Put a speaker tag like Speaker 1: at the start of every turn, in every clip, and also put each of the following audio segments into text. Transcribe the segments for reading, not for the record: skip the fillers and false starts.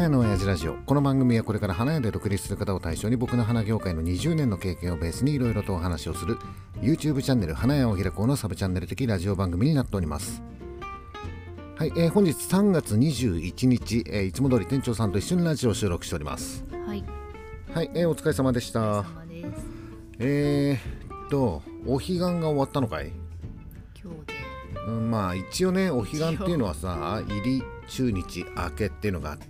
Speaker 1: 花屋の親父ラジオ。この番組はこれから花屋で独立する方を対象に、僕の花業界の20年の経験をベースにいろいろとお話をする YouTube チャンネル花屋を開こうのサブチャンネル的ラジオ番組になっております。はい、本日3月21日、いつも通り店長さんと一緒にラジオを収録しております。
Speaker 2: はい、
Speaker 1: はい、お疲れ様でした。お彼岸が終わったのかい？
Speaker 2: 今日で、
Speaker 1: まあ一応ね、お彼岸っていうのはさ、入り中日明けっていうのがあって、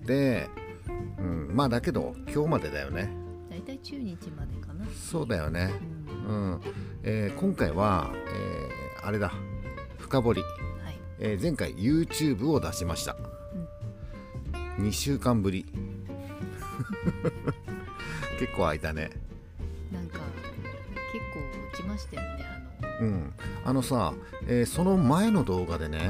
Speaker 1: まあだけど今日までだよね。
Speaker 2: だいたい中日までかな。
Speaker 1: そうだよね。今回は、あれだ、深掘り、前回 YouTube を出しました。2週間ぶり結構空いたね。
Speaker 2: なんか結構落ちましたよね。
Speaker 1: その前の動画でね、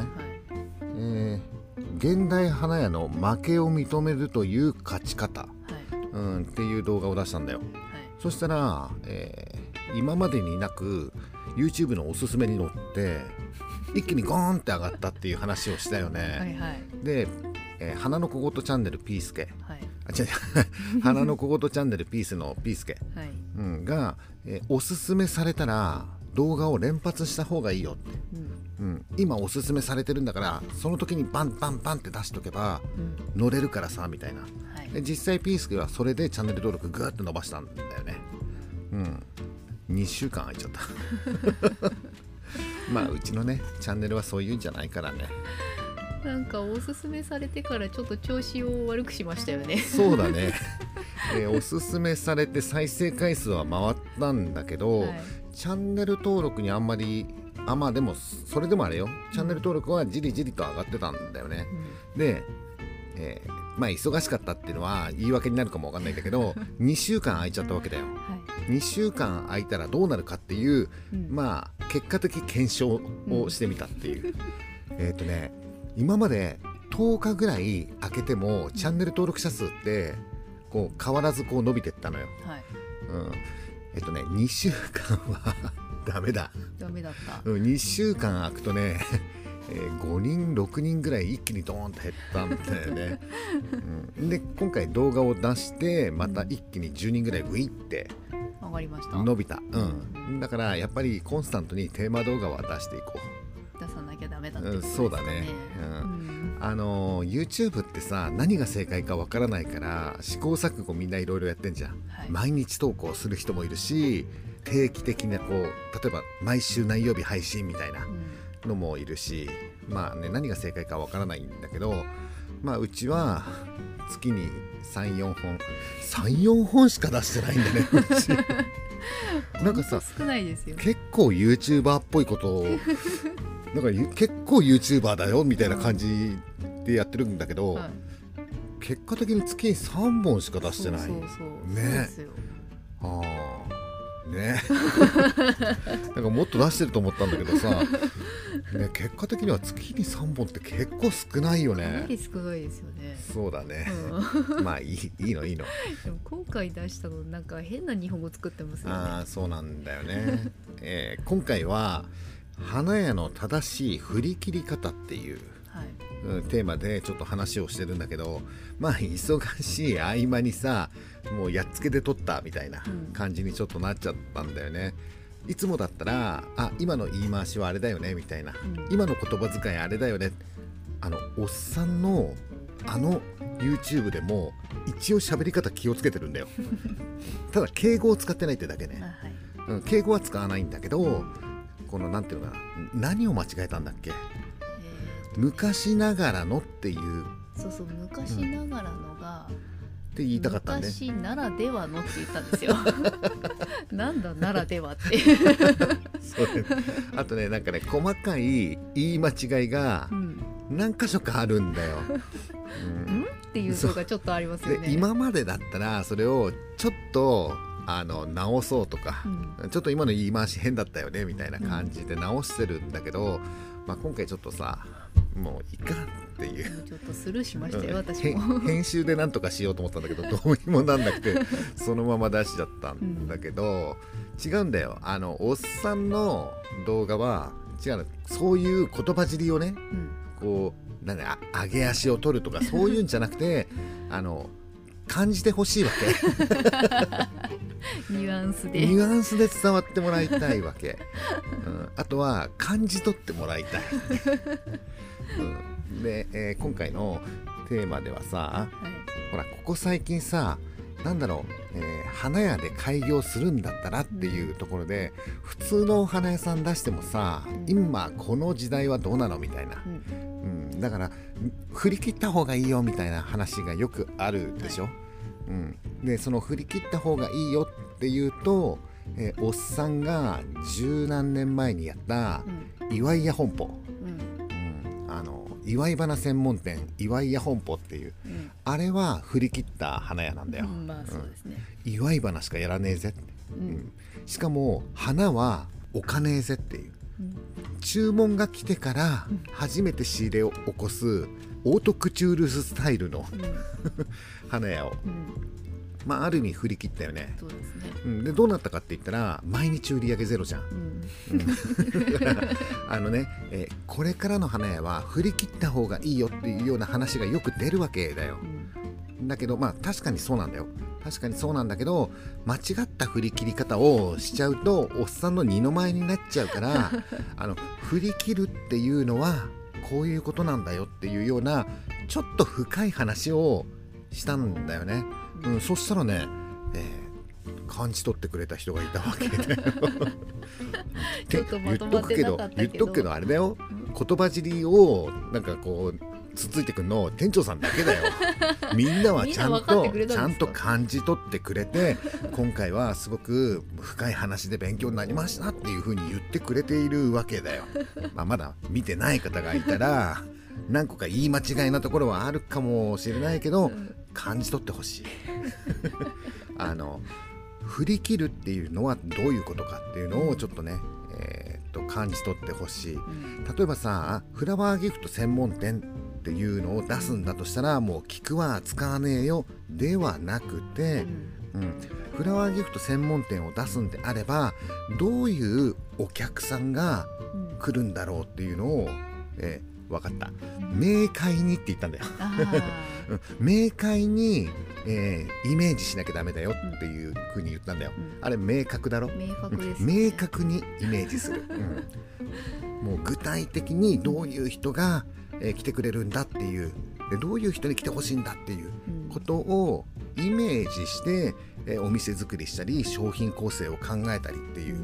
Speaker 1: 現代花屋の負けを認めるという勝ち方、っていう動画を出したんだよ。そしたら、今までになく YouTube のおすすめに載って一気にゴーンって上がったっていう話をしたよね。で、花の小言チャンネルピースケ、花の小言チャンネルピースのピースケ、が、おすすめされたら動画を連発した方がいいよって、今おすすめされてるんだからその時にバンバンバンって出しとけば乗れるからさみたいな。で実際ピースケはそれでチャンネル登録グーッと伸ばしたんだよね。2週間空いちゃったまあうちのねチャンネルはそういうんじゃないからね。
Speaker 2: なんかおすすめされてからちょっと調子を悪くしましたよね。
Speaker 1: そうだね、おすすめされて再生回数は回ったんだけど、チャンネル登録にあんまりまあでもそれでもあれよ、チャンネル登録はじりじりと上がってたんだよね。で、まあ忙しかったっていうのは言い訳になるかもわかんないんだけど2週間空いちゃったわけだよ。2週間空いたらどうなるかっていう、まあ結果的検証をしてみたっていう、今まで10日ぐらい空けてもチャンネル登録者数ってこう変わらずこう伸びてったのよ。2週間はダメだった。2週間空くとね5人6人ぐらい一気にドーンと減ったんだよね。で今回動画を出してまた一気に10人ぐらいウィって
Speaker 2: 上がりました。
Speaker 1: 伸びた。だからやっぱりコンスタントにテーマ動画は出していこう。
Speaker 2: 出さなきゃダメだってことですかね。
Speaker 1: そうだね。YouTube ってさ、何が正解かわからないから試行錯誤みんないろいろやってんじゃん。毎日投稿する人もいるし、定期的なこう例えば毎週何曜日配信みたいなのもいるし、まあね、何が正解かわからないんだけど、まあうちは月に3,4 本しか出してないんだねうちなんかさ、
Speaker 2: 少ないですよ。
Speaker 1: 結構 YouTuber っぽいことをなんか結構 YouTuber だよみたいな感じでやってるんだけど、結果的に月に3本しか出してない。ね。なんかもっと出してると思ったんだけどさ、ね、結果的には月に3本って結構少ないよね。
Speaker 2: 少ないですよね。
Speaker 1: そうだね、まあいいのでも
Speaker 2: 今回出したのなんか変な日本語作ってますよね。
Speaker 1: そうなんだよね、今回は花屋の正しい振り切り方っていう、テーマでちょっと話をしてるんだけど、まあ忙しい合間にさ、もうやっつけで撮ったみたいな感じにちょっとなっちゃったんだよね。いつもだったら今の言い回しはあれだよねみたいな、今の言葉遣いあれだよね、おっさんのYouTube でも一応喋り方気をつけてるんだよただ敬語を使ってないってだけね。敬語は使わないんだけど、このなんていうのかな、何を間違えたんだっけ、昔ながらのっていう、
Speaker 2: 昔ながらのが、
Speaker 1: って言いたかったんで、
Speaker 2: 昔ならではのって言ったんですよなんだならではって
Speaker 1: あとね、なんかね、細かい言い間違いが何箇所かあるんだよ
Speaker 2: っていうのがちょっとありますよね。
Speaker 1: で今までだったらそれをちょっと直そうとか、ちょっと今の言い回し変だったよねみたいな感じで直してるんだけど、今回ちょっとさ、もういいかっていう、
Speaker 2: ちょっとスルーしましたよ、私も
Speaker 1: 編集でなんとかしようと思ったんだけどどうにもなんなくてそのまま出しちゃったんだけど、違うんだよ。おっさんの動画は違うの、そういう言葉尻をね、こうなんだ上げ足を取るとかそういうんじゃなくて感じてほしいわ
Speaker 2: けニュアンスで
Speaker 1: 伝わってもらいたいわけ、あとは感じ取ってもらいたい、で、今回のテーマではさ、ほらここ最近さ、なんだろう、花屋で開業するんだったらっていうところで、普通のお花屋さん出してもさ、今この時代はどうなのみたいな、だから振り切った方がいいよみたいな話がよくあるでしょ、でその振り切った方がいいよっていうと、おっさんが十何年前にやった岩井屋本舗、祝い花専門店祝い屋本舗っていう、あれは振り切った花屋なんだよ、
Speaker 2: そうですね、
Speaker 1: 祝い花しかやらねえぜって、しかも花は置かねえぜっていう、注文が来てから初めて仕入れを起こすオートクチュールスタイルの、花屋を、ある意味振り切ったよね。
Speaker 2: そうですね、
Speaker 1: でどうなったかって言ったら毎日売り上げゼロじゃん、これからの花屋は振り切った方がいいよっていうような話がよく出るわけだよ、だけど確かにそうなんだよ、確かにそうなんだけど、間違った振り切り方をしちゃうとおっさんの二の舞になっちゃうから振り切るっていうのはこういうことなんだよっていうようなちょっと深い話をしたんだよね、そしたらね、感じ取ってくれた人がいたわけだよ
Speaker 2: ちょっとまとまってなかったけど、
Speaker 1: 言っとくけどあれだよ、言葉尻をなんかこうつついてくるの店長さんだけだよみんなはちゃんと感じ取ってくれて、今回はすごく深い話で勉強になりましたっていう風に言ってくれているわけだよ、まだ見てない方がいたら何個か言い間違いなところはあるかもしれないけど、感じ取ってほしい振り切るっていうのはどういうことかっていうのをちょっとね、感じ取ってほしい。例えばさ、フラワーギフト専門店っていうのを出すんだとしたら、もう菊は使わねえよではなくて、フラワーギフト専門店を出すんであればどういうお客さんが来るんだろうっていうのを、分かった、明快にって言ったんだよ明快に、イメージしなきゃダメだよっていう風に言ったんだよ、あれ明確だろ、
Speaker 2: 明確ですね、
Speaker 1: 明確にイメージする、もう具体的にどういう人が、来てくれるんだっていう、でどういう人に来てほしいんだっていうことをイメージして、お店作りしたり商品構成を考えたりっていう、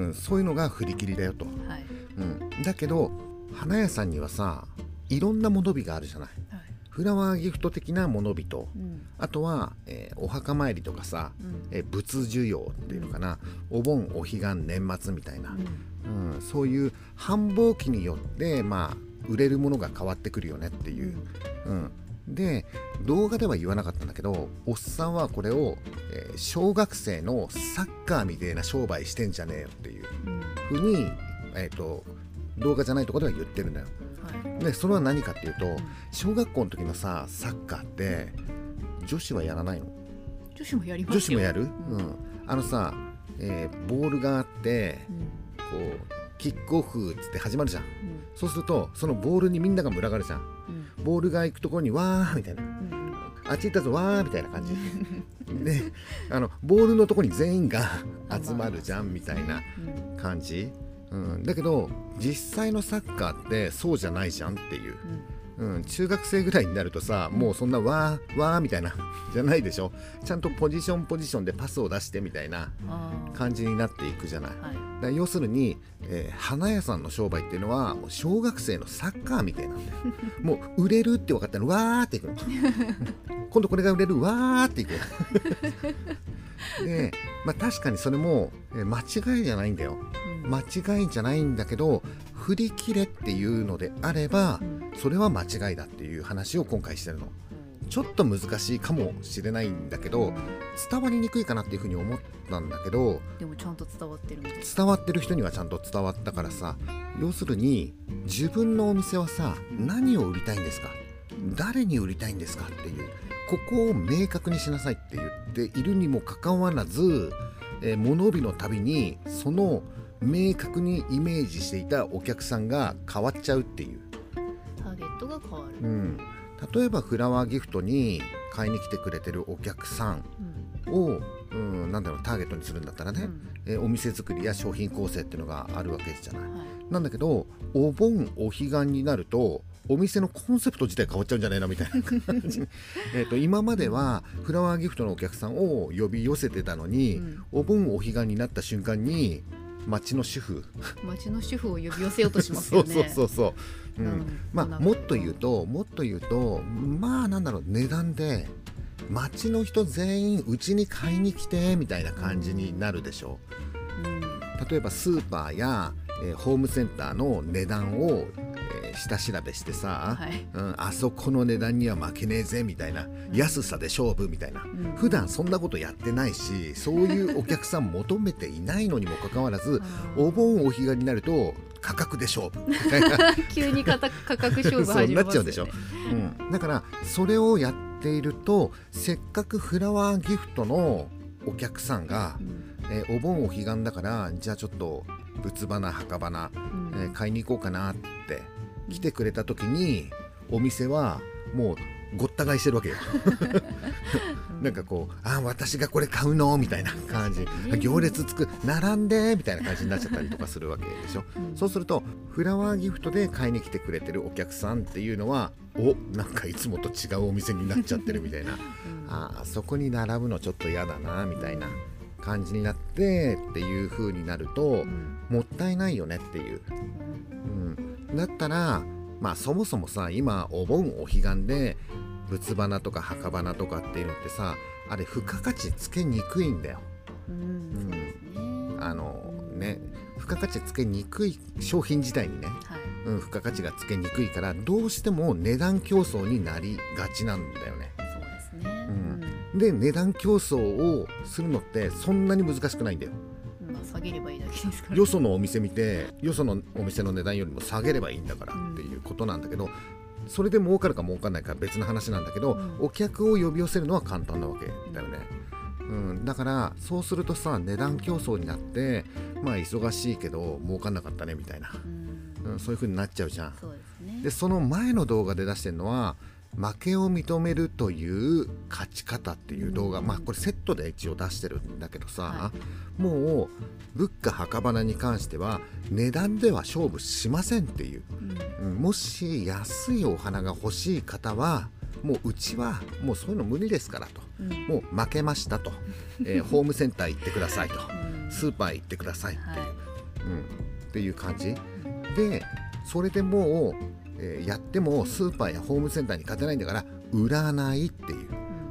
Speaker 1: そういうのが振り切りだよと、だけど花屋さんにはさ、いろんな物火があるじゃない、フラワーギフト的な物火と、あとは、お墓参りとかさ、仏需要っていうのかな、お盆お彼岸年末みたいな、そういう繁忙期によって売れるものが変わってくるよねっていう、で動画では言わなかったんだけど、おっさんはこれを、小学生のサッカーみたいな商売してんじゃねえよっていうふうに、動画じゃないところでは言ってるんだよ、でそれは何かっていうと、小学校の時のさサッカーって女子はやらないの？
Speaker 2: 女子もやりますよ。
Speaker 1: 女子もやる？さ、ボールがあって、こうキックオフっつって始まるじゃん、そうするとそのボールにみんなが群がるじゃん、ボールが行くところにわーみたいな、あっち行ったぞわーみたいな感じで、ボールのところに全員が集まるじゃんみたいな感じ、だけど実際のサッカーってそうじゃないじゃんっていう、中学生ぐらいになるとさ、もうそんなわーわーみたいなじゃないでしょ、ちゃんとポジションでパスを出してみたいな感じになっていくじゃない、だから要するに、花屋さんの商売っていうのはもう小学生のサッカーみたいなんだよもう売れるって分かったらわーっていくの今度これが売れるわーっていくで、確かにそれも間違いじゃないんだよ、間違いじゃないんだけど、振り切れっていうのであれば、それは間違いだっていう話を今回してるの。ちょっと難しいかもしれないんだけど、伝わりにくいかなっていうふうに思ったんだけど、
Speaker 2: でもちゃんと伝わってるみたい。
Speaker 1: 伝わってる人にはちゃんと伝わったからさ、要するに自分のお店はさ、何を売りたいんですか、誰に売りたいんですかっていう、ここを明確にしなさいって言っているにもかかわらず、物火のたびにその明確にイメージしていたお客さんが変わっちゃうっていう。
Speaker 2: ターゲットが変わる、
Speaker 1: 例えばフラワーギフトに買いに来てくれてるお客さんを、なんだろう、ターゲットにするんだったらね、お店作りや商品構成っていうのがあるわけじゃない、なんだけどお盆お彼岸になるとお店のコンセプト自体変わっちゃうんじゃないのみたいな感じ今まではフラワーギフトのお客さんを呼び寄せてたのに、お盆お彼岸になった瞬間に町の主婦
Speaker 2: を呼び寄せようとしますよね。
Speaker 1: そう、もっと言うとまあなんだろう、値段で町の人全員うちに買いに来てみたいな感じになるでしょ、例えばスーパーや、ホームセンターの値段を、下調べしてさ、あそこの値段には負けねえぜみたいな、安さで勝負みたいな、普段そんなことやってないし、そういうお客さん求めていないのにもかかわらずお盆お彼岸になると価格で勝負みたいな
Speaker 2: 急に価格勝負始めますよね。
Speaker 1: そうなっちゃうでしょ、だからそれをやっていると、せっかくフラワーギフトのお客さんが、お盆お彼岸だからじゃあちょっと仏花墓花、買いに行こうかなって来てくれた時に、お店はもうごった返してるわけよなんかこう、私がこれ買うのみたいな感じ、行列並んでみたいな感じになっちゃったりとかするわけでしょ、そうするとフラワーギフトで買いに来てくれてるお客さんっていうのは、なんかいつもと違うお店になっちゃってるみたいなそこに並ぶのちょっと嫌だなみたいな感じになってっていう風になると、もったいないよねっていう、だったらそもそもさ、今お盆お彼岸で仏花とか墓花とかっていうのってさ、あれ付加価値つけにくいんだよ、付加価値つけにくい商品自体にね、付加価値がつけにくいから、どうしても値段競争になりがちなんだよね。
Speaker 2: そうですね、
Speaker 1: で値段競争をするのってそんなに難しくないんだよ。
Speaker 2: 下げればいいだけですから、
Speaker 1: よそのお店見て、よそのお店の値段よりも下げればいいんだからっていうことなんだけど、それで儲かるか儲かんないか別の話なんだけど、お客を呼び寄せるのは簡単なわけだよね、だからそうするとさ、値段競争になって、忙しいけど儲かんなかったねみたいな、そういう風になっちゃうじゃん。
Speaker 2: そうですね。
Speaker 1: でその前の動画で出してるのは、負けを認めるという勝ち方っていう動画、これセットで一応出してるんだけどさ、もう仏花墓花に関しては値段では勝負しませんっていう、もし安いお花が欲しい方はもううちはもうそういうの無理ですからと、もう負けましたと、ホームセンター行ってくださいと、スーパー行ってくださいっていう、っていう感じで、それでもうやってもスーパーやホームセンターに勝てないんだから売らないっていう、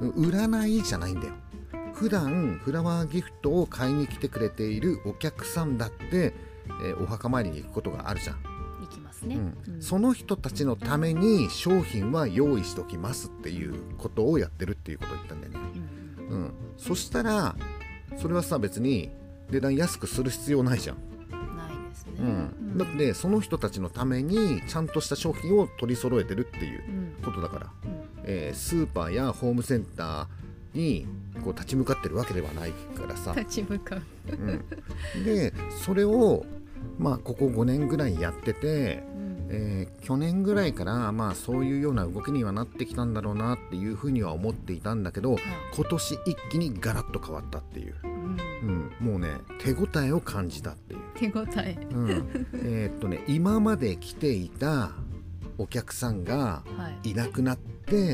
Speaker 1: 売らないじゃないんだよ。普段フラワーギフトを買いに来てくれているお客さんだって、お墓参りに行くことがあるじゃん。
Speaker 2: 行きますね、
Speaker 1: その人たちのために商品は用意しておきますっていうことをやってるっていうことを言ったんだよね、そしたらそれはさ、別に値段安くする必要ないじゃん。
Speaker 2: ないですね、
Speaker 1: だってその人たちのためにちゃんとした商品を取り揃えてるっていうことだから、スーパーやホームセンターにこう立ち向かってるわけではないからさ、
Speaker 2: 立ち向かう、
Speaker 1: でそれをここ5年ぐらいやってて、去年ぐらいからそういうような動きにはなってきたんだろうなっていうふうには思っていたんだけど、今年一気にガラッと変わったっていう、もうね手応えを感じたっていう。
Speaker 2: 手応え、
Speaker 1: 今まで来ていたお客さんがいなくなって、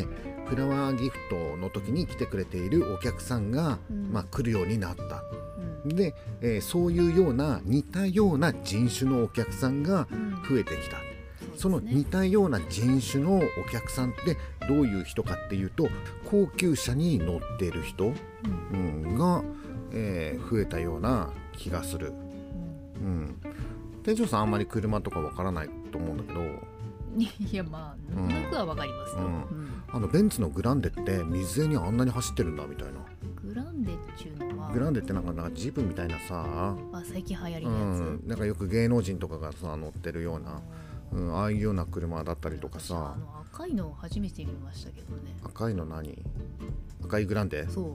Speaker 1: フラワーギフトの時に来てくれているお客さんが、来るようになった。で、そういうような似たような人種のお客さんが増えてきた、その似たような人種のお客さんってどういう人かっていうと、高級車に乗っている人、が、増えたような気がする。店長さんあんまり車とかわからないと思うんだけど、
Speaker 2: いやなんとなくはわかりますよ、
Speaker 1: ベンツのグランデって水にあんなに走ってるんだみたいな。
Speaker 2: グランデっていうのは、
Speaker 1: グランデってなんかジープみたいなさ、
Speaker 2: 最近流行りのやつ、
Speaker 1: なんかよく芸能人とかがさ乗ってるような、ああいうような車だったりとかさ。
Speaker 2: 赤いのを初めて見ましたけどね。
Speaker 1: 赤いの何？赤いグランデ？
Speaker 2: そう、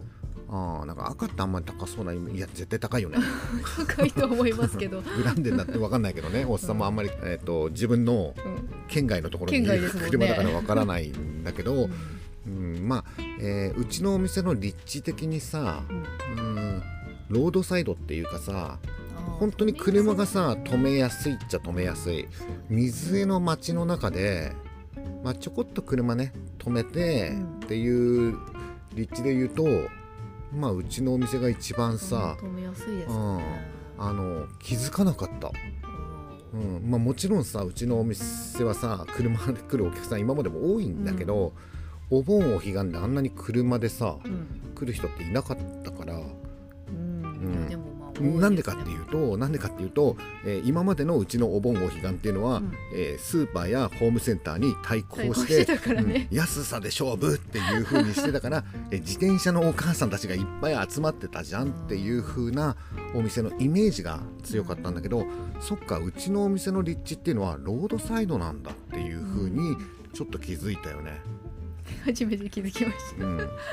Speaker 1: なんか赤ってあんまり高そうな、いや絶対高いよね
Speaker 2: 高いと思いますけど
Speaker 1: グランデになって分かんないけどね、おっさんもあんまり、自分の県外のところにいる車だから分からないんだけど、まあ、うちのお店の立地的にさ、ロードサイドっていうかさ、本当に車がさ止めやすいっちゃ止めやすい水江の街の中で、ちょこっと車ね止めてっていう立地で言うと、うちのお店が一番さ、
Speaker 2: 止めやすいですね。
Speaker 1: 気づかなかった。もちろんさ、うちのお店はさ車で来るお客さん今までも多いんだけど、お盆を彼岸であんなに車でさ、来る人っていなかったから、
Speaker 2: でも
Speaker 1: なんでかっていうと、今までのうちのお盆お彼岸っていうのは、スーパーやホームセンターに対抗して安さで勝負っていう風にしてたから自転車のお母さんたちがいっぱい集まってたじゃんっていう風なお店のイメージが強かったんだけど、そっか、うちのお店の立地っていうのはロードサイドなんだっていう風にちょっと気づいたよね。
Speaker 2: 初めて気づきました、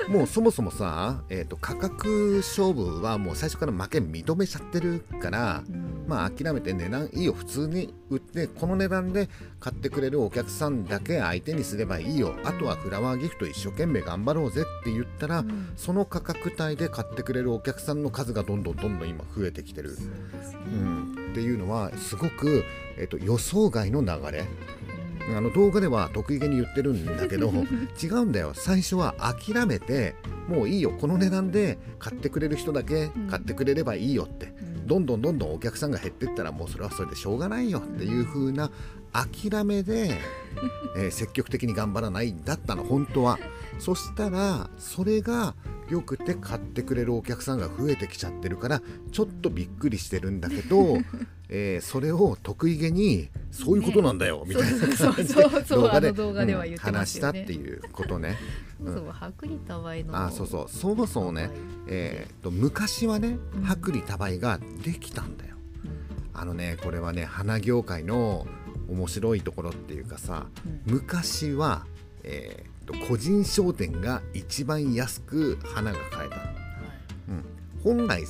Speaker 1: もうそもそもさ、価格勝負はもう最初から負け認めちゃってるから、諦めて値段いいよ普通に売って、この値段で買ってくれるお客さんだけ相手にすればいいよ、あとはフラワーギフト一生懸命頑張ろうぜって言ったら、その価格帯で買ってくれるお客さんの数がどんどん今増えてきてる、っていうのはすごく、予想外の流れ。動画では得意げに言ってるんだけど違うんだよ。最初は諦めて、もういいよこの値段で買ってくれる人だけ買ってくれればいいよって、どんどんお客さんが減ってったらもうそれはそれでしょうがないよっていう風な諦めで、積極的に頑張らないんだったの本当は。そしたらそれがよくて買ってくれるお客さんが増えてきちゃってるからちょっとびっくりしてるんだけど、それを得意げにそういうことなんだよみたいな感じで動画で話したっていうことね。
Speaker 2: 薄利多売の
Speaker 1: そもそもね、昔はね薄利多売ができたんだよ。これはね花業界の面白いところっていうかさ、昔は、個人商店が一番安く花が買えた、本来って、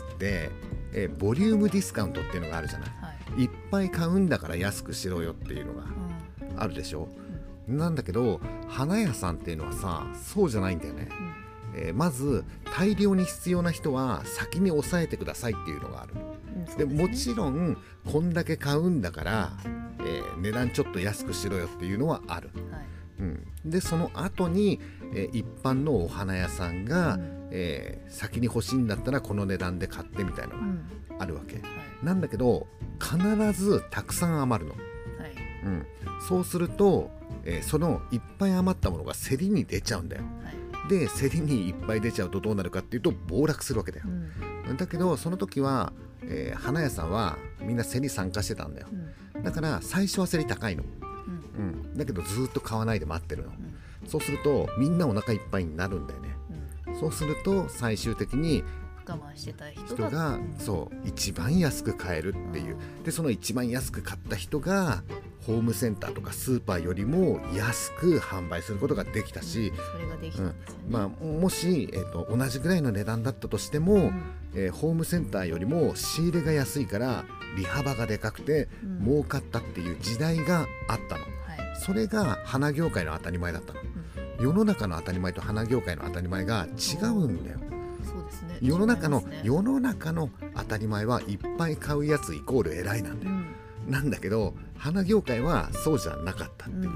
Speaker 1: ボリュームディスカウントっていうのがあるじゃない、いっぱい買うんだから安くしろよっていうのがあるでしょ、なんだけど花屋さんっていうのはさそうじゃないんだよね、まず大量に必要な人は先に抑えてくださいっていうのがある、でもちろんこんだけ買うんだから、値段ちょっと安くしろよっていうのはある、でその後に、一般のお花屋さんが、先に欲しいんだったらこの値段で買ってみたいなのがあるわけ、なんだけど必ずたくさん余るの、そうすると、そのいっぱい余ったものが競りに出ちゃうんだよ、で競りにいっぱい出ちゃうとどうなるかっていうと暴落するわけだよ、だけどその時は、花屋さんはみんな競り参加してたんだよ、だから最初は競り高いの、だけどずっと買わないで待ってるの、そうするとみんなお腹いっぱいになるんだよね、そうすると最終的に
Speaker 2: 我慢してた人
Speaker 1: がそう一番安く買えるっていう、でその一番安く買った人がホームセンターとかスーパーよりも安く販売することができたし、
Speaker 2: それができたんですよね、
Speaker 1: もし、同じぐらいの値段だったとしても、ホームセンターよりも仕入れが安いから利幅がでかくて儲かったっていう時代があったの、それが花業界の当たり前だったの、世の中の当たり前と花業界の当たり前が違うんだよ。
Speaker 2: そうですね、
Speaker 1: 世の中の当たり前はいっぱい買うやつイコール偉いなんだよ、なんだけど花業界はそうじゃなかったっていう、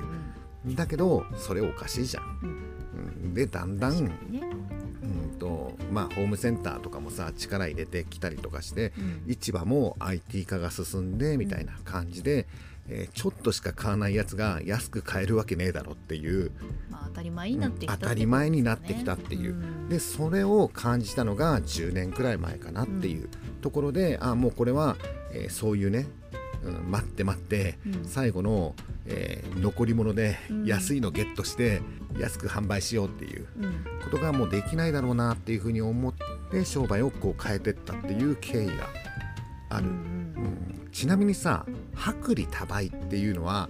Speaker 1: だけどそれおかしいじゃん、でだんだん、ホームセンターとかもさ力入れてきたりとかして、市場も IT 化が進んでみたいな感じで、ちょっとしか買わないやつが安く買えるわけねえだろっていう、
Speaker 2: 当たり前になってきたってことですね、
Speaker 1: 当たり前になってきたっていう、でそれを感じたのが10年くらい前かなっていうところで、もうこれは、そういうね、待って、最後の、残り物で安いのゲットして安く販売しようっていうことがもうできないだろうなっていうふうに思って商売をこう変えてったっていう経緯がある、ちなみにさ薄利多売っていうのは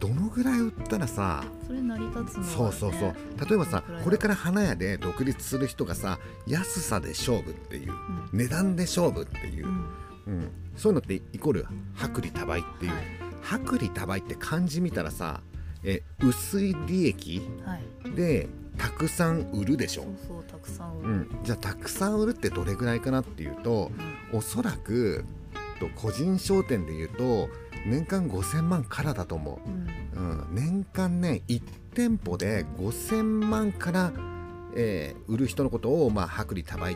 Speaker 1: どのぐらい売ったらさ、
Speaker 2: それ成り立つのは、ね、
Speaker 1: そうそうそう、例えばさ、これから花屋で独立する人がさ、安さで勝負っていう、値段で勝負っていう、そういうのってイコール薄利多売っていう、薄利多売って漢字見たらさ、薄い利益でたくさん売るでしょ。
Speaker 2: そうたくさん売る、
Speaker 1: じゃあたくさん売るってどれぐらいかなっていうと、おそらく個人商店でいうと年間5000万からだと思う、年間ね1店舗で5000万から、売る人のことを、薄利多売って、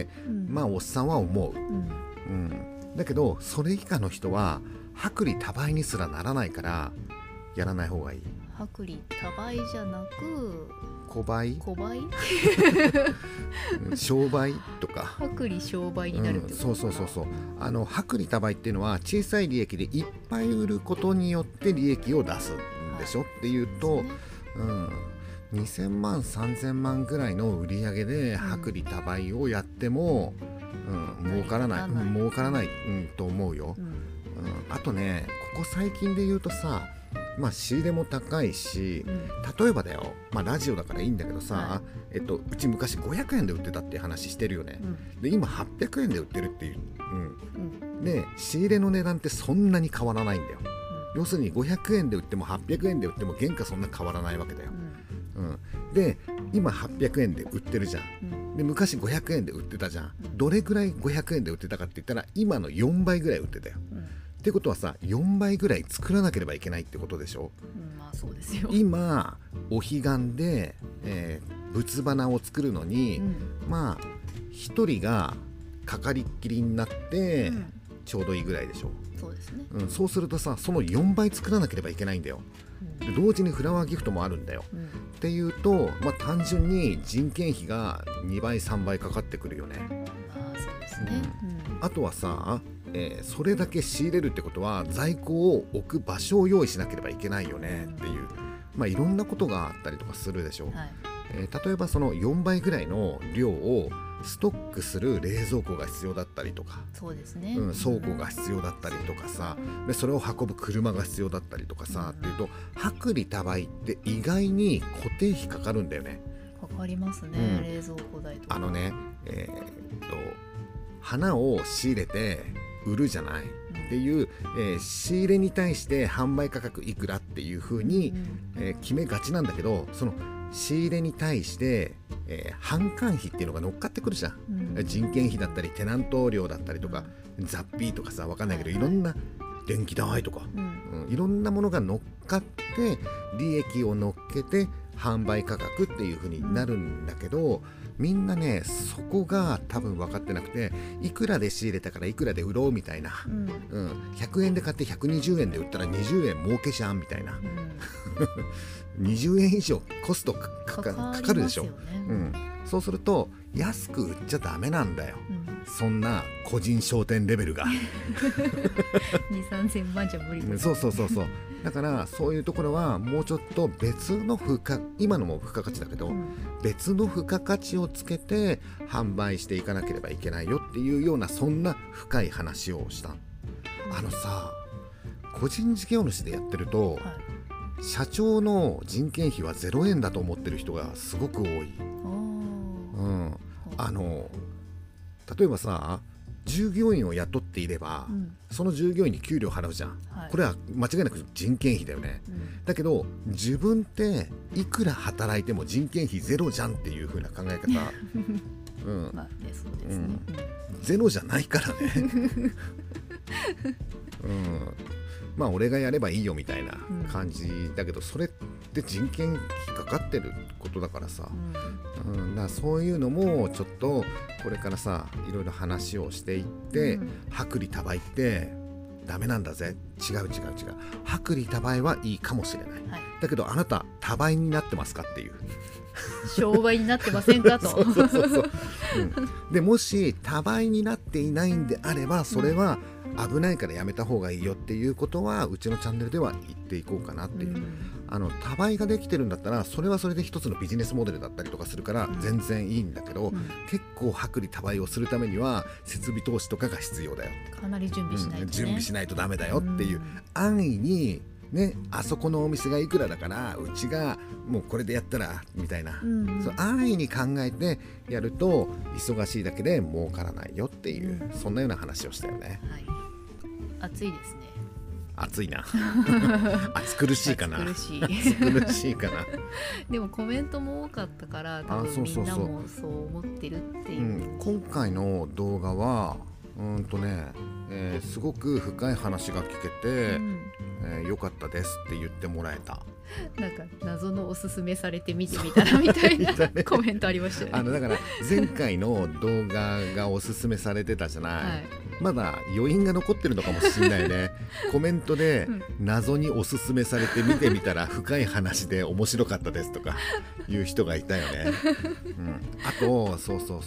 Speaker 1: おっさんは思う、だけどそれ以下の人は薄利多売にすらならないからやらない方がいい。
Speaker 2: 薄利多売じゃなく
Speaker 1: 小売商売とか
Speaker 2: 薄利商売になるってこと、
Speaker 1: そう薄利多売っていうのは小さい利益でいっぱい売ることによって利益を出すんでしょ、っていうと、2000万3000万ぐらいの売り上げで薄利多売をやっても、儲からない、と思うよ、あとね、ここ最近で言うとさ、仕入れも高いし、例えばだよ、ラジオだからいいんだけどさ、うち昔500円で売ってたっていう話してるよね、で今800円で売ってるっていう、で仕入れの値段ってそんなに変わらないんだよ、要するに500円で売っても800円で売っても原価そんな変わらないわけだよ、で今800円で売ってるじゃん、で昔500円で売ってたじゃん、どれぐらい500円で売ってたかって言ったら今の4倍ぐらい売ってたよ、ってことはさ、4倍ぐらい作らなければいけないってことでしょ、
Speaker 2: そうですよ。
Speaker 1: 今お彼岸で、仏花を作るのに、1人がかかりっきりになって、ちょうどいいぐらいでしょ。
Speaker 2: そうですね、
Speaker 1: そうするとさ、その4倍作らなければいけないんだよ、で同時にフラワーギフトもあるんだよ、っていうと、単純に人件費が2倍3倍かかってくるよね。
Speaker 2: そうですね、
Speaker 1: あとはさ、それだけ仕入れるってことは在庫を置く場所を用意しなければいけないよねっていう、いろんなことがあったりとかするでしょ、例えばその4倍ぐらいの量をストックする冷蔵庫が必要だったりとか、
Speaker 2: そうですね、
Speaker 1: 倉庫が必要だったりとかさ、でそれを運ぶ車が必要だったりとかさ、っていうと薄利多売って意外に固定費かかるんだよね。
Speaker 2: かかりますね、冷蔵庫代とか。
Speaker 1: 花を仕入れて売るじゃない、っていう、仕入れに対して販売価格いくらっていう風に、決めがちなんだけど、その仕入れに対して、販管費っていうのが乗っかってくるじゃん、人件費だったりテナント料だったりとか、雑費とかさ、分かんないけど、いろんな電気代とか、いろんなものが乗っかって利益を乗っけて販売価格っていう風になるんだけど、みんなねそこが多分分かってなくて、いくらで仕入れたからいくらで売ろうみたいな、100円で買って120円で売ったら20円儲けじゃんみたいな、20円以上コストかかるでしょ、そうすると安く売っちゃダメなんだよ、そんな個人商店レベルが
Speaker 2: 2、3000万じゃ無理です、
Speaker 1: そうだからそういうところはもうちょっと別の今のも付加価値だけど、別の付加価値をつけて販売していかなければいけないよっていうような、そんな深い話をした。さ、個人事業主でやってると、社長の人件費は0円だと思ってる人がすごく多い。例えばさ、従業員を雇っていれば、その従業員に給料払うじゃん、これは間違いなく人件費だよね、だけど自分っていくら働いても人件費ゼロじゃんっていう風な考え方
Speaker 2: そうですね、
Speaker 1: ゼロじゃないからね俺がやればいいよみたいな感じだけど、それって人件費かかってることだからさ、だからそういうのもちょっとこれからさ、いろいろ話をしていって、薄利多売ってダメなんだぜ、違う薄利多売はいいかもしれない、だけどあなた多売になってますかっていう、
Speaker 2: 商売になってませんかと
Speaker 1: でもし多売になっていないんであれば、それは危ないからやめた方がいいよっていうことはうちのチャンネルでは言っていこうかなっていう、多売ができてるんだったらそれはそれで一つのビジネスモデルだったりとかするから全然いいんだけど、結構薄利多売をするためには設備投資とかが必要だよ、
Speaker 2: かなり準備しないとね、
Speaker 1: 準備しないとダメだよっていう、安易にね、あそこのお店がいくらだからうちがもうこれでやったらみたいな、そう安易に考えてやると忙しいだけで儲からないよっていう、そんなような話をしたよね。
Speaker 2: はい、暑いですね。
Speaker 1: 暑いな暑苦しいかな
Speaker 2: 暑苦しい
Speaker 1: 暑苦しいかな
Speaker 2: でもコメントも多かったから多分みんなもそう思ってるっていう、
Speaker 1: 今回の動画はすごく深い話が聞けて、よかったですって言ってもらえた。
Speaker 2: なんか謎のおすすめされて見てみたらみたいなコメントありましたよね。
Speaker 1: だから前回の動画がおすすめされてたじゃない、はい、まだ余韻が残ってるのかもしれないねコメントで謎におすすめされて見てみたら深い話で面白かったですとかいう人がいたよね、あと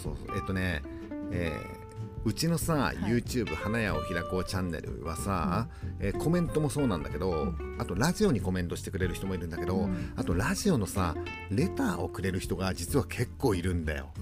Speaker 1: うちのさ、YouTube 花屋を開こうチャンネルはさ、コメントもそうなんだけど、あとラジオにコメントしてくれる人もいるんだけど、あとラジオのさレターをくれる人が実は結構いるんだよ。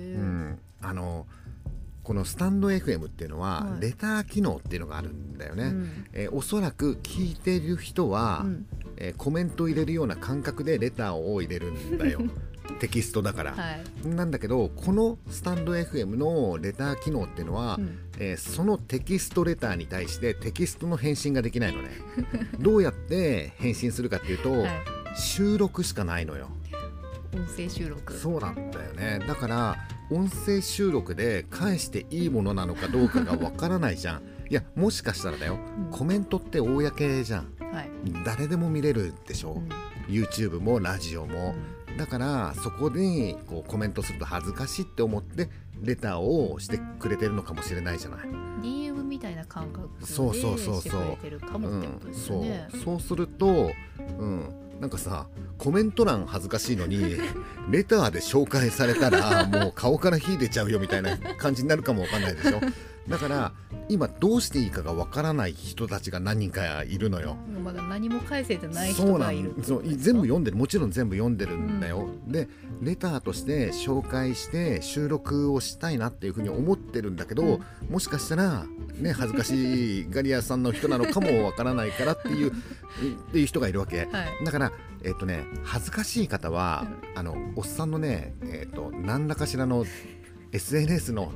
Speaker 1: このスタンド FM っていうのは、レター機能っていうのがあるんだよね、おそらく聞いてる人は、コメントを入れるような感覚でレターを入れるんだよテキストだから、なんだけどこのスタンド FM のレター機能っていうのは、そのテキストレターに対してテキストの返信ができないのねどうやって返信するかっていうと、収録しかないのよ。
Speaker 2: 音声収録。
Speaker 1: そうなんだよね。だから音声収録で返していいものなのかどうかがわからないじゃんいやもしかしたらだよ、コメントって公じゃん、誰でも見れるでしょ、YouTube もラジオも、だからそこでこうコメントすると恥ずかしいって思ってレターをしてくれてるのかもしれないじゃない。
Speaker 2: DM みたいな感覚でしてくれてるかもってことですよね。
Speaker 1: そうすると、なんかさコメント欄恥ずかしいのにレターで紹介されたらもう顔から火出ちゃうよみたいな感じになるかもわかんないでしょ。だから今どうしていいかがわからない人たちが何人かいるのよ。
Speaker 2: まだ何も返せてない人がいる。
Speaker 1: そう全部読んでる、もちろん全部読んでるんだよ、でレターとして紹介して収録をしたいなっていうふうに思ってるんだけど、もしかしたらね恥ずかしいガリアさんの人なのかもわからないからっていう人がいるわけ、だから恥ずかしい方は、おっさんのね何らかしらのSNS の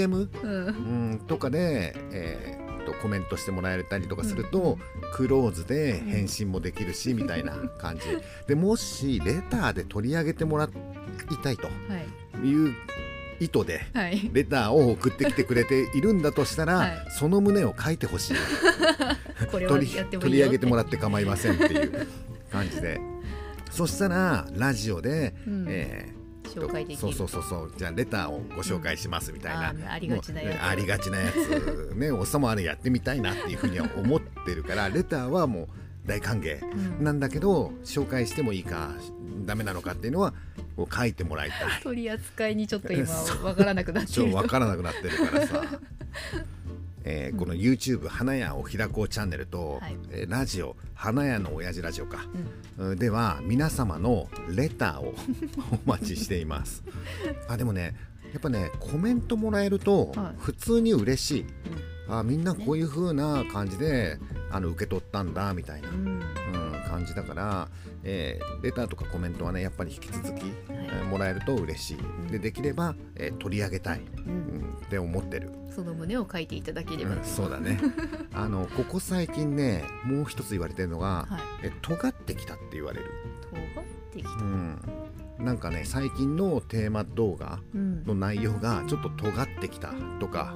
Speaker 1: DM、とかで、コメントしてもらえたりとかすると、クローズで返信もできるし、みたいな感じで、もしレターで取り上げてもらいたいという意図で、レターを送ってきてくれているんだとしたら、その旨を書いてほしい
Speaker 2: これはやってもいいよって
Speaker 1: 取り上げてもらって構いませんっていう感じでそしたらラジオで、
Speaker 2: 紹介できる。
Speaker 1: そうじゃあレターをご紹介しますみたいな、
Speaker 2: ありがちなやつ、
Speaker 1: ありがちなやつねおっさんもあれやってみたいなっていうふうには思ってるからレターはもう大歓迎なんだけど、紹介してもいいかダメなのかっていうのはこう書いてもらいたい。
Speaker 2: 取り扱いにちょっと今わからなくなってる
Speaker 1: わからなくなってるからさこの YouTube 花屋を開こうチャンネルと、ラジオ花屋の親父ラジオか、では皆様のレターをお待ちしていますでもねやっぱねコメントもらえると普通に嬉しい、みんなこういう風な感じで受け取ったんだみたいな、感じだから、レターとかコメントはねやっぱり引き続き、もらえると嬉しいで、できれば、取り上げたい、って思ってる。
Speaker 2: その旨を書いていただければ、
Speaker 1: そうだねここ最近ねもう一つ言われてるのが、尖ってきたって言われる。
Speaker 2: 尖ってきた、
Speaker 1: なんかね最近のテーマ動画の内容がちょっと尖ってきたとか、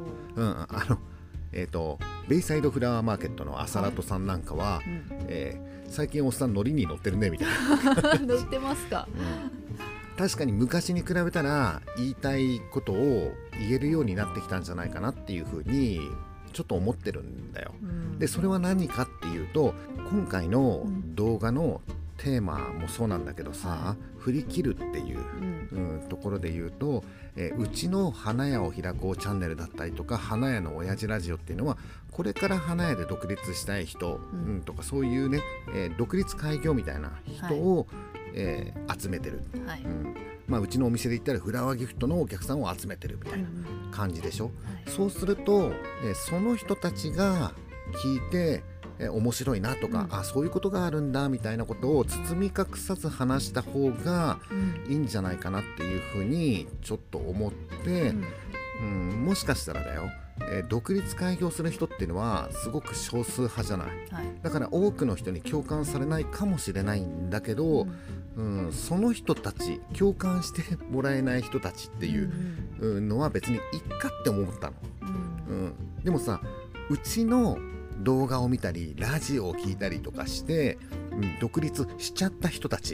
Speaker 1: ベイサイドフラワーマーケットのアサラトさんなんかは、最近おっさんノリに乗ってるねみたいな
Speaker 2: 乗ってますか、
Speaker 1: 確かに昔に比べたら言いたいことを言えるようになってきたんじゃないかなっていうふうにちょっと思ってるんだよ、でそれは何かっていうと今回の動画のテーマもそうなんだけどさ、振り切るっていう、ところで言うと、うちの花屋を開こうチャンネルだったりとか花屋の親父ラジオっていうのはこれから花屋で独立したい人、とかそういうね、独立開業みたいな人を、集めてる、うちのお店で言ったらフラワーギフトのお客さんを集めてるみたいな感じでしょ、そうすると、その人たちが聞いて面白いなとか、あそういうことがあるんだみたいなことを包み隠さず話した方がいいんじゃないかなっていうふうにちょっと思って、もしかしたらだよ、独立開業する人っていうのはすごく少数派じゃない、だから多くの人に共感されないかもしれないんだけど、その人たち、共感してもらえない人たちっていうのは別にいっかって思ったの、でもさ、うちの動画を見たりラジオを聞いたりとかして、独立しちゃった人たち、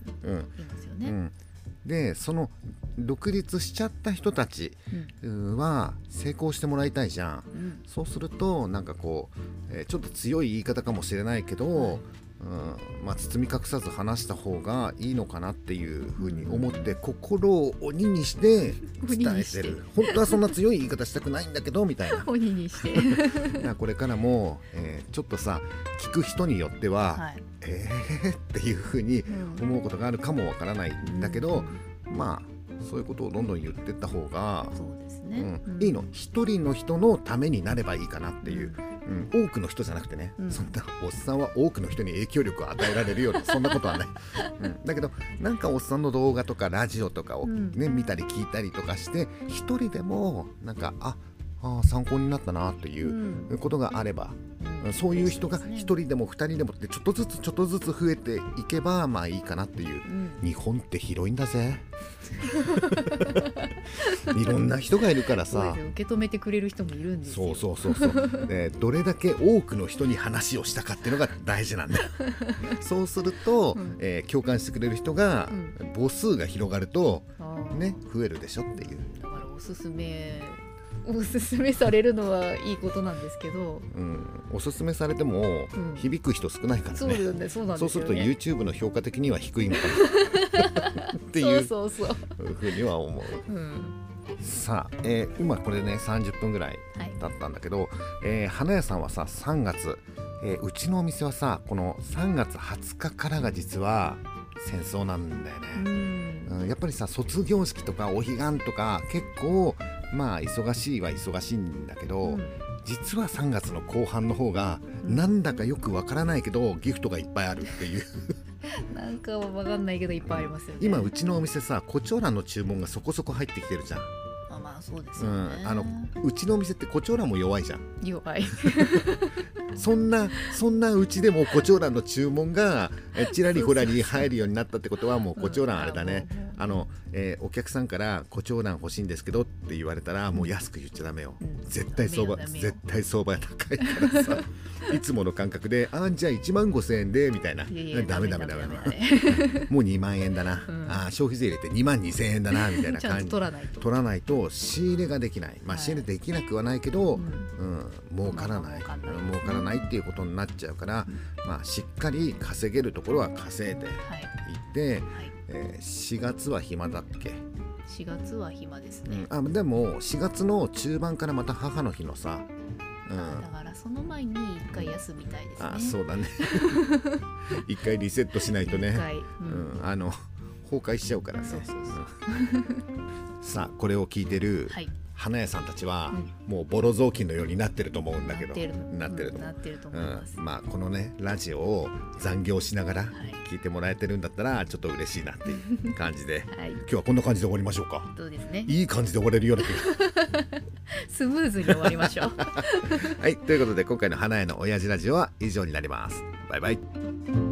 Speaker 1: でその独立しちゃった人たちは成功してもらいたいじゃん、そうするとなんかこう、ちょっと強い言い方かもしれないけど、包み隠さず話した方がいいのかなっていうふうに思って、心を鬼にして伝えてる。本当はそんな強い言い方したくないんだけどみたいな
Speaker 2: 鬼にして
Speaker 1: これからも、ちょっとさ聞く人によっては、っていうふうに思うことがあるかもわからないんだけど、まあそういうことをどんどん言ってった方がいいの。一人の人のためになればいいかなっていう、多くの人じゃなくてね、そんなおっさんは多くの人に影響力を与えられるようなそんなことはない、だけどなんかおっさんの動画とかラジオとかをね、見たり聞いたりとかして一人でもなんか参考になったなっていうことがあれば、そういう人が一人でも二人でもってちょっとずつ増えていけばまあいいかなっていう、日本って広いんだぜいろんな人がいるからさ、
Speaker 2: 受け止めてくれる人もいるんですよ。
Speaker 1: そうでどれだけ多くの人に話をしたかっていうのが大事なんだよそうすると、共感してくれる人が、母数が広がるとね増えるでしょっていう。
Speaker 2: だからおすすめされるのはいいことなんですけど、
Speaker 1: おすすめされても響く人少ないからね、
Speaker 2: そうよね、そうなんですよね。
Speaker 1: そうすると YouTube の評価的には低いのかなっていうふうには思う、さあ、今これね30分ぐらいだったんだけど、花屋さんはさ3月、うちのお店はさこの3月20日からが実は戦争なんだよね、やっぱりさ卒業式とかお彼岸とか結構まあ忙しいは忙しいんだけど、実は3月の後半の方がなんだかよくわからないけどギフトがいっぱいあるっていう
Speaker 2: なんかわかんないけどいっぱいありますよね。
Speaker 1: 今うちのお店さコチョウランの注文がそこそこ入ってきてるじゃん。
Speaker 2: まあそうですよね、
Speaker 1: うちのお店ってコチョウランも弱いじゃん。
Speaker 2: 弱い
Speaker 1: そんなうちでもコチョウランの注文がちらりほらり入るようになったってことはもうコチョウランあれだね、お客さんからコチョウラン欲しいんですけどって言われたらもう安く言っちゃダメよ、絶対相場高いからさいつもの感覚でじゃあ1万5,000円でみたいな、ダメもう2万円だな、消費税入れて2万2,000円だなみたいな感じ
Speaker 2: 取
Speaker 1: らないと仕入れができない、仕入れできなくはないけど、儲からないっていうことになっちゃうから、しっかり稼げるところは稼いでいって、4月は暇だっけ
Speaker 2: ？4月は暇ですね、
Speaker 1: でも4月の中盤からまた母の日のさ、
Speaker 2: だからその前に1回休みたいですね。
Speaker 1: そうだね1回リセットしないとね、崩壊しちゃうからね。さあこれを聞いてる花屋さんたちは、もうボロ雑巾のようになってると思うんだけど、なってると思います、このねラジオを残業しながら聞いてもらえてるんだったらちょっと嬉しいなっていう感じで、今日はこんな感じで終わりましょうか。
Speaker 2: そうですね、
Speaker 1: いい感じで終われるような気が
Speaker 2: スムーズに終わりましょう
Speaker 1: はい、ということで今回の花屋の親父ラジオは以上になります。バイバイ。